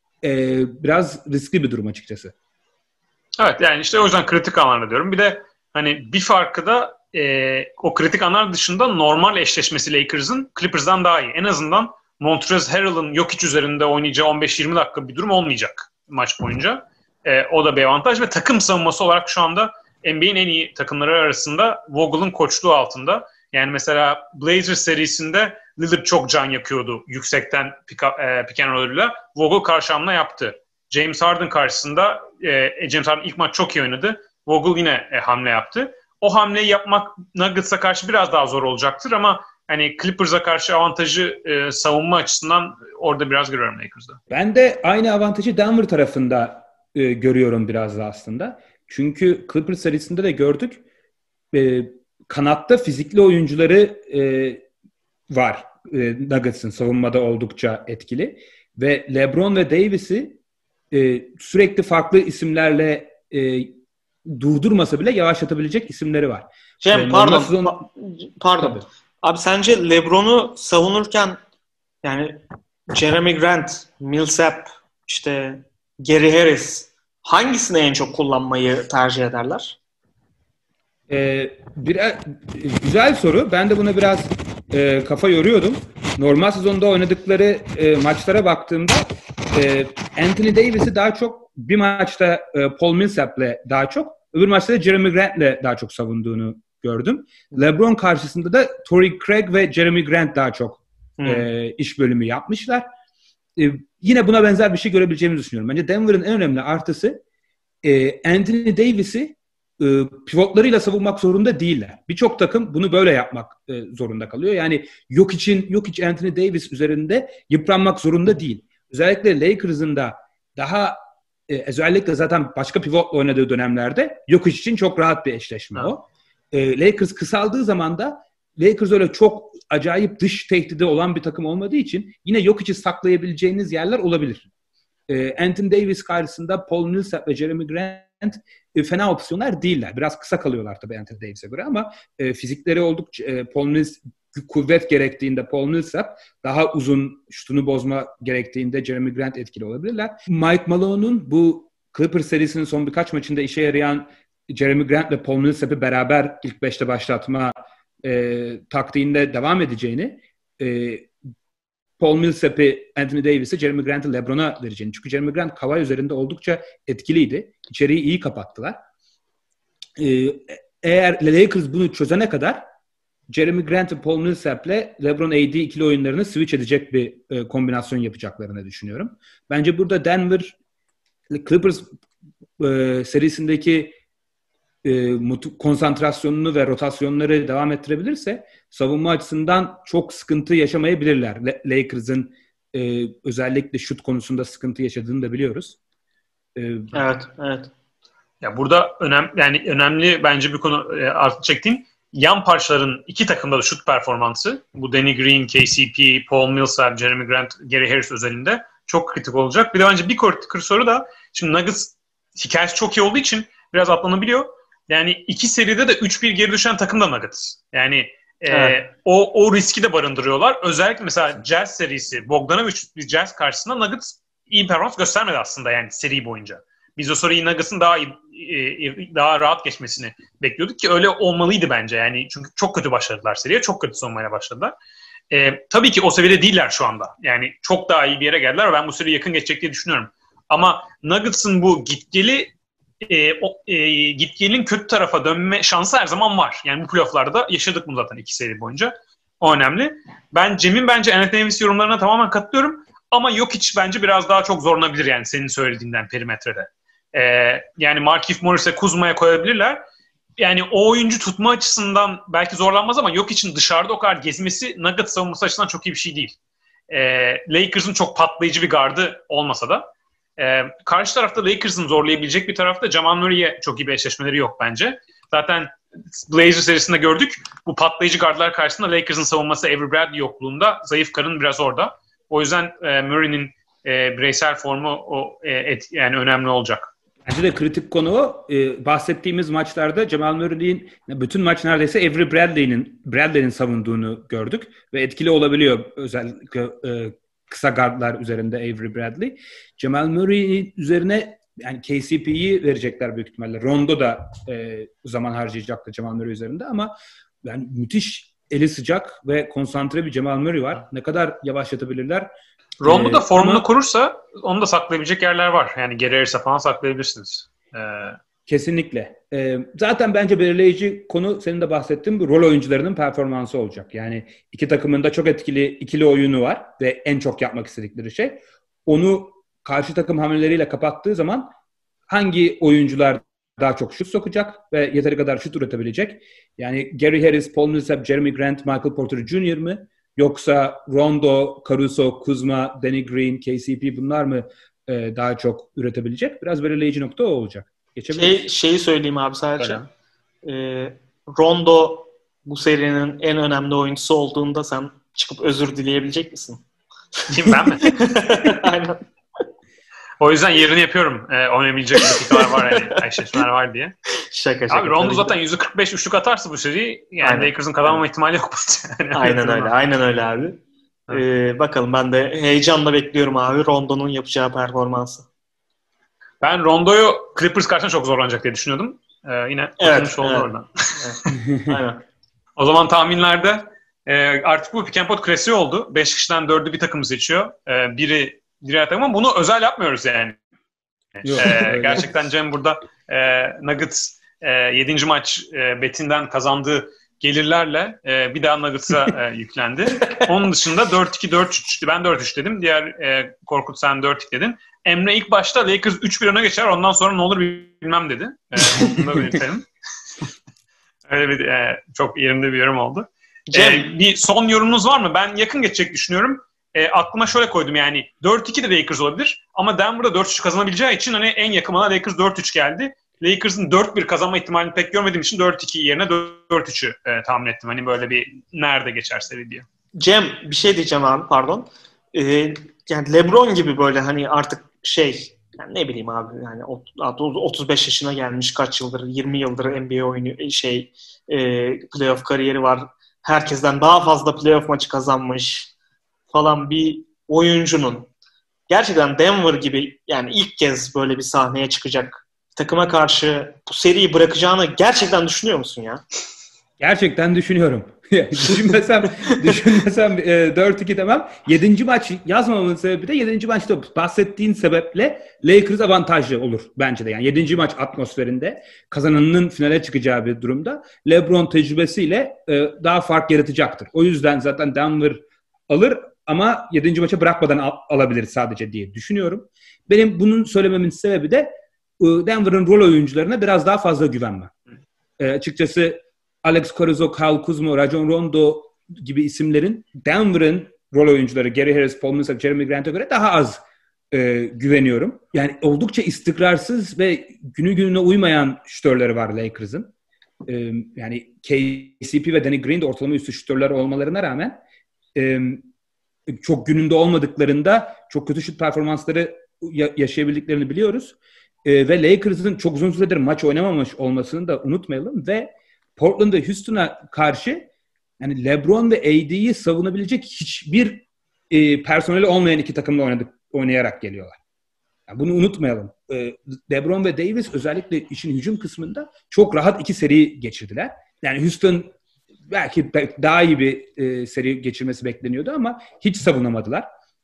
biraz riskli bir durum açıkçası. Evet yani işte o yüzden kritik anlarda diyorum. Bir de hani bir farkı da o kritik anlar dışında normal eşleşmesi Lakers'ın Clippers'dan daha iyi. En azından Montrezl Harrell'ın Jokic üzerinde oynayacağı 15-20 dakika bir durum olmayacak maç boyunca. O da bir avantaj ve takım savunması olarak şu anda NBA'in en iyi takımları arasında Vogel'ın koçluğu altında. Yani mesela Blazers serisinde Lillard çok can yakıyordu yüksekten pick and roll'uyla. Vogel karşı hamle yaptı. James Harden karşısında James Harden ilk maç çok iyi oynadı. Vogel yine hamle yaptı. O hamleyi yapmak Nuggets'a karşı biraz daha zor olacaktır ama hani Clippers'a karşı avantajı savunma açısından orada biraz görüyorum Lakers'da. Ben de aynı avantajı Denver tarafında görüyorum biraz da aslında. Çünkü Clippers serisinde de gördük. Kanatta fizikli oyuncuları var. Nuggets'ın savunmada oldukça etkili. Ve LeBron ve Davis'i sürekli farklı isimlerle durdurmasa bile yavaşlatabilecek isimleri var. Cem pardon. Abi sence LeBron'u savunurken yani Jeremy Grant, Millsap, işte Gary Harris hangisini en çok kullanmayı tercih ederler? Güzel soru. Ben de buna biraz kafa yoruyordum. Normal sezonda oynadıkları maçlara baktığımda Anthony Davis'i daha çok bir maçta Paul Millsap'le daha çok, öbür maçta da Jeremy Grant'le daha çok savunduğunu gördüm. LeBron karşısında da Torrey Craig ve Jeremy Grant daha çok iş bölümü yapmışlar. Yine buna benzer bir şey görebileceğimizi düşünüyorum. Bence Denver'ın en önemli artısı Anthony Davis'i pivotlarıyla savunmak zorunda değiller. Birçok takım bunu böyle yapmak zorunda kalıyor. Yani Jokic Anthony Davis üzerinde yıpranmak zorunda değil. Özellikle Lakers'ın da daha özellikle zaten başka pivotla oynadığı dönemlerde Jokic için çok rahat bir eşleşme o. Lakers kısaldığı zaman da Lakers öyle çok acayip dış tehdidi olan bir takım olmadığı için yine Jokic'i saklayabileceğiniz yerler olabilir. Anthony Davis karşısında Paul Millsap ve Jeremy Grant fena opsiyonlar değiller. Biraz kısa kalıyorlar tabii Anthony Davis'e göre ama fizikleri oldukça Paul Millsap kuvvet gerektiğinde Paul Millsap, daha uzun şutunu bozma gerektiğinde Jeremy Grant etkili olabilirler. Mike Malone'un bu Clippers serisinin son birkaç maçında işe yarayan Jeremy Grant ve Paul Millsap'ı beraber ilk 5'te başlatma taktiğinde devam edeceğini, Paul Millsap'ı Anthony Davis'e, Jeremy Grant'ı LeBron'a vereceğini. Çünkü Jeremy Grant Kawhi üzerinde oldukça etkiliydi. İçeriği iyi kapattılar. Eğer Lakers bunu çözene kadar Jeremy Grant ve Paul Millsap'le LeBron AD ikili oyunlarını switch edecek bir kombinasyon yapacaklarını düşünüyorum. Bence burada Denver Clippers serisindeki konsantrasyonunu ve rotasyonları devam ettirebilirse savunma açısından çok sıkıntı yaşamayabilirler. Lakers'ın özellikle şut konusunda sıkıntı yaşadığını da biliyoruz. Evet. Ya burada önemli bence bir konu artık çektiğim yan parçaların iki takımda da şut performansı. Bu Danny Green, KCP, Paul Millsap, Jeremy Grant, Gary Harris özelinde çok kritik olacak. Bir de bence bir kritik soru da şimdi Nuggets hikayesi çok iyi olduğu için biraz atlanabiliyor. Yani iki seride de 3-1 geri düşen takım da Nuggets. Yani o riski de barındırıyorlar. Özellikle mesela Jazz serisi, Bogdanovic Jazz karşısında Nuggets iyi performans göstermedi aslında yani seri boyunca. Biz o soruyu Nuggets'ın daha rahat geçmesini bekliyorduk ki öyle olmalıydı bence. Yani çünkü çok kötü başladılar seriye. Çok kötü savunmaya başladılar. Tabii ki o seviyede değiller şu anda. Yani çok daha iyi bir yere geldiler ve ben bu seriyi yakın geçecek diye düşünüyorum. Ama Nuggets'ın bu gitgelin kötü tarafa dönme şansı her zaman var. Yani bu playoff'larda yaşadık bunu zaten iki seri boyunca. O önemli. Ben Cem'in bence Anthony Davis yorumlarına tamamen katılıyorum. Ama Jokic bence biraz daha çok zorlanabilir yani senin söylediğinden perimetrede. Yani Markieff Morris'e Kuzma'ya koyabilirler. Yani o oyuncu tutma açısından belki zorlanmaz ama Jokic'in dışarıda o kadar gezmesi Nuggets savunması açısından çok iyi bir şey değil. Lakers'ın çok patlayıcı bir gardı olmasa da. Karşı tarafta Lakers'ın zorlayabilecek bir tarafta Jamal Murray'e çok iyi bir eşleşmeleri yok bence. Zaten Blazers serisinde gördük. Bu patlayıcı gardlar karşısında Lakers'ın savunması Avery Bradley yokluğunda zayıf karın biraz orada. O yüzden Murray'nin bireysel formu yani önemli olacak. Bence de kritik konu o. Bahsettiğimiz maçlarda Jamal Murray'in bütün maç neredeyse Avery Bradley'nin savunduğunu gördük ve etkili olabiliyor özellikle kısa guardlar üzerinde Avery Bradley. Jamal Murray'in üzerine yani KCP'yi verecekler büyük ihtimalle. Rondo da zaman harcayacaktı Jamal Murray üzerinde ama yani müthiş eli sıcak ve konsantre bir Jamal Murray var. Ne kadar yavaşlatabilirler? Rondo da formunu kurursa onu da saklayabilecek yerler var. Yani geri Harris'e falan saklayabilirsiniz. Kesinlikle. Zaten bence belirleyici konu senin de bahsettiğin bu rol oyuncularının performansı olacak. Yani iki takımın da çok etkili ikili oyunu var ve en çok yapmak istedikleri şey. Onu karşı takım hamleleriyle kapattığı zaman hangi oyuncular daha çok şut sokacak ve yeteri kadar şut üretebilecek? Yani Gary Harris, Paul Millsap, Jeremy Grant, Michael Porter Jr. mı? Yoksa Rondo, Caruso, Kuzma, Danny Green, KCP bunlar mı daha çok üretebilecek? Biraz belirleyici nokta o olacak. Şeyi söyleyeyim abi sadece. Rondo bu serinin en önemli oyuncusu olduğunda sen çıkıp özür dileyebilecek misin? Kim, ben mi? Aynen. O yüzden yerini yapıyorum. Oynayabilecek dakikalar var yani. Eşleşmeler var diye. Şaka. Abi Rondo zaten %45 üçlük atarsa bu seri yani Lakers'ın kazanma ihtimali yok. Yani. Aynen öyle abi. Bakalım ben de heyecanla bekliyorum abi Rondo'nun yapacağı performansı. Ben Rondo'yu Clippers karşısında çok zorlanacak diye düşünüyordum. Yine kurtulmuş oldu oradan. Aynen. O zaman tahminlerde artık bu pick and pop klasiği oldu. 5 kişiden 4'ü bir takım seçiyor. Biri diğer takım ama bunu özel yapmıyoruz yani. Gerçekten Cem burada Nuggets 7. maç betinden kazandığı gelirlerle bir daha Nuggets'a yüklendi. Onun dışında 4-2, 4-3. Ben 4-3 dedim. Diğer Korkut sen 4-2 dedin. Emre ilk başta Lakers 3-1 öne geçer. Ondan sonra ne olur bilmem dedi. Bunu da belirtelim. Öyle bir çok yerinde bir yorum oldu. Bir son yorumunuz var mı? Ben yakın geçecek düşünüyorum. Aklıma şöyle koydum yani 4-2 de Lakers olabilir ama Denver'da 4-3 kazanabileceği için hani en yakın bana Lakers 4-3 geldi. Lakers'ın 4-1 kazanma ihtimalini pek görmediğim için 4-2 yerine 4-3'ü tahmin ettim. Hani böyle bir nerede geçer seri diye. Cem bir şey diyeceğim abi pardon. Yani LeBron gibi böyle hani artık yani ne bileyim abi yani 35 yaşına gelmiş kaç yıldır 20 yıldır NBA oyunu playoff kariyeri var. Herkesten daha fazla playoff maçı kazanmış falan bir oyuncunun gerçekten Denver gibi yani ilk kez böyle bir sahneye çıkacak takıma karşı bu seriyi bırakacağını gerçekten düşünüyor musun ya? Gerçekten düşünüyorum. Düşünmesem 4-2 demem. 7. maç yazmamamın sebebi de 7. maçta bahsettiğin sebeple Lakers avantajlı olur bence de. Yani 7. maç atmosferinde kazananının finale çıkacağı bir durumda LeBron tecrübesiyle daha fark yaratacaktır. O yüzden zaten Denver alır ama 7. maça bırakmadan alabilir sadece diye düşünüyorum. Benim bunun söylememin sebebi de Denver'ın rol oyuncularına biraz daha fazla güvenmem. Açıkçası Alex Caruso, Kyle Kuzma, Rajon Rondo gibi isimlerin Denver'ın rol oyuncuları Gary Harris, Paul Millsap, Jeremy Grant'e göre daha az güveniyorum. Yani oldukça istikrarsız ve günü gününe uymayan şütörleri var Lakers'ın. Yani KCP ve Danny Green de ortalama üstü şütörler olmalarına rağmen çok gününde olmadıklarında çok kötü şut performansları yaşayabildiklerini biliyoruz. Ve Lakers'ın çok uzun süredir maç oynamamış olmasını da unutmayalım ve Portland ve Houston'a karşı yani LeBron ve AD'yi savunabilecek hiçbir personeli olmayan iki takımla oynayarak geliyorlar. Yani bunu unutmayalım. LeBron ve Davis özellikle işin hücum kısmında çok rahat iki seri geçirdiler. Yani Houston belki daha iyi bir seri geçirmesi bekleniyordu ama hiç savunamadılar.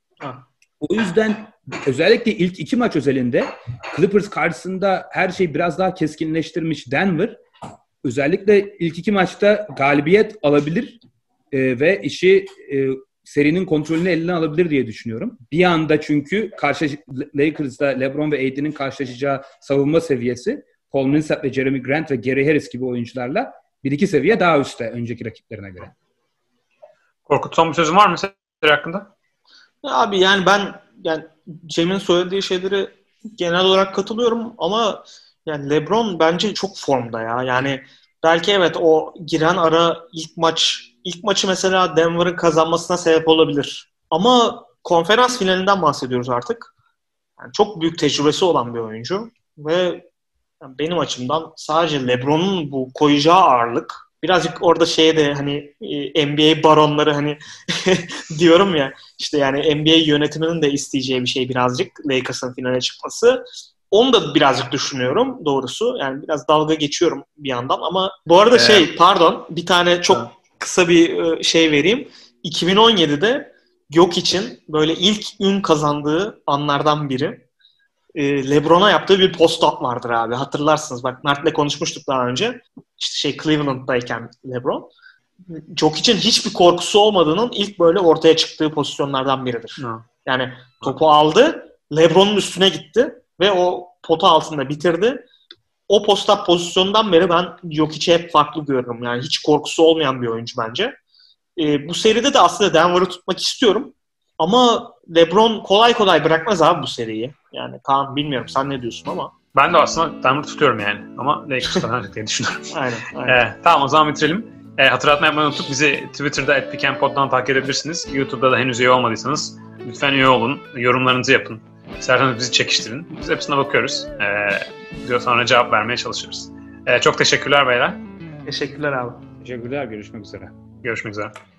O yüzden özellikle ilk iki maç özelinde Clippers karşısında her şey biraz daha keskinleştirmiş Denver özellikle ilk iki maçta galibiyet alabilir ve işi serinin kontrolünü eline alabilir diye düşünüyorum. Bir anda çünkü Lakers'da LeBron ve AD'nin karşılaşacağı savunma seviyesi Paul Millsap ve Jeremy Grant ve Gary Harris gibi oyuncularla bir iki seviye daha üstte önceki rakiplerine göre. Korkut, son bir sözün var mı seri hakkında? Abi yani ben Cem'in söylediği şeyleri genel olarak katılıyorum ama yani LeBron bence çok formda ya. Yani belki evet o giren ara ilk maçı mesela Denver'ın kazanmasına sebep olabilir. Ama konferans finalinden bahsediyoruz artık. Yani çok büyük tecrübesi olan bir oyuncu ve yani benim açımdan sadece LeBron'un bu koyacağı ağırlık birazcık orada şeye de hani NBA baronları hani diyorum ya işte yani NBA yönetiminin de isteyeceği bir şey birazcık Lakers'ın finale çıkması. Onu da birazcık düşünüyorum doğrusu. Yani biraz dalga geçiyorum bir yandan ama bu arada bir tane çok kısa bir şey vereyim. 2017'de Jokic'in böyle ilk ün kazandığı anlardan biri LeBron'a yaptığı bir post-up vardır abi. Hatırlarsınız. Bak Mert'le konuşmuştuk daha önce. İşte Cleveland'dayken LeBron. Jokic'in hiçbir korkusu olmadığının ilk böyle ortaya çıktığı pozisyonlardan biridir. Yani topu aldı, LeBron'un üstüne gitti ve o pota altında bitirdi. O post-up pozisyonundan beri ben Jokic'i hep farklı görüyorum. Yani hiç korkusu olmayan bir oyuncu bence. Bu seride de aslında Denver'ı tutmak istiyorum. Ama LeBron kolay kolay bırakmaz abi bu seriyi. Yani Kaan bilmiyorum sen ne diyorsun ama. Ben de aslında Denver'ı tutuyorum yani. Ama Lakers kazanacak diye düşünüyorum. Aynen. Tamam o zaman bitirelim. Hatırlatma yapmayı unuttuk. Bizi Twitter'da @pickandpod'dan takip edebilirsiniz. YouTube'da da henüz üye olmadıysanız lütfen üye olun. Yorumlarınızı yapın. İsterseniz bizi çekiştirin. Biz hepsine bakıyoruz. Sonra cevap vermeye çalışırız. Çok teşekkürler beyler. Teşekkürler abi. Teşekkürler. Görüşmek üzere. Görüşmek üzere.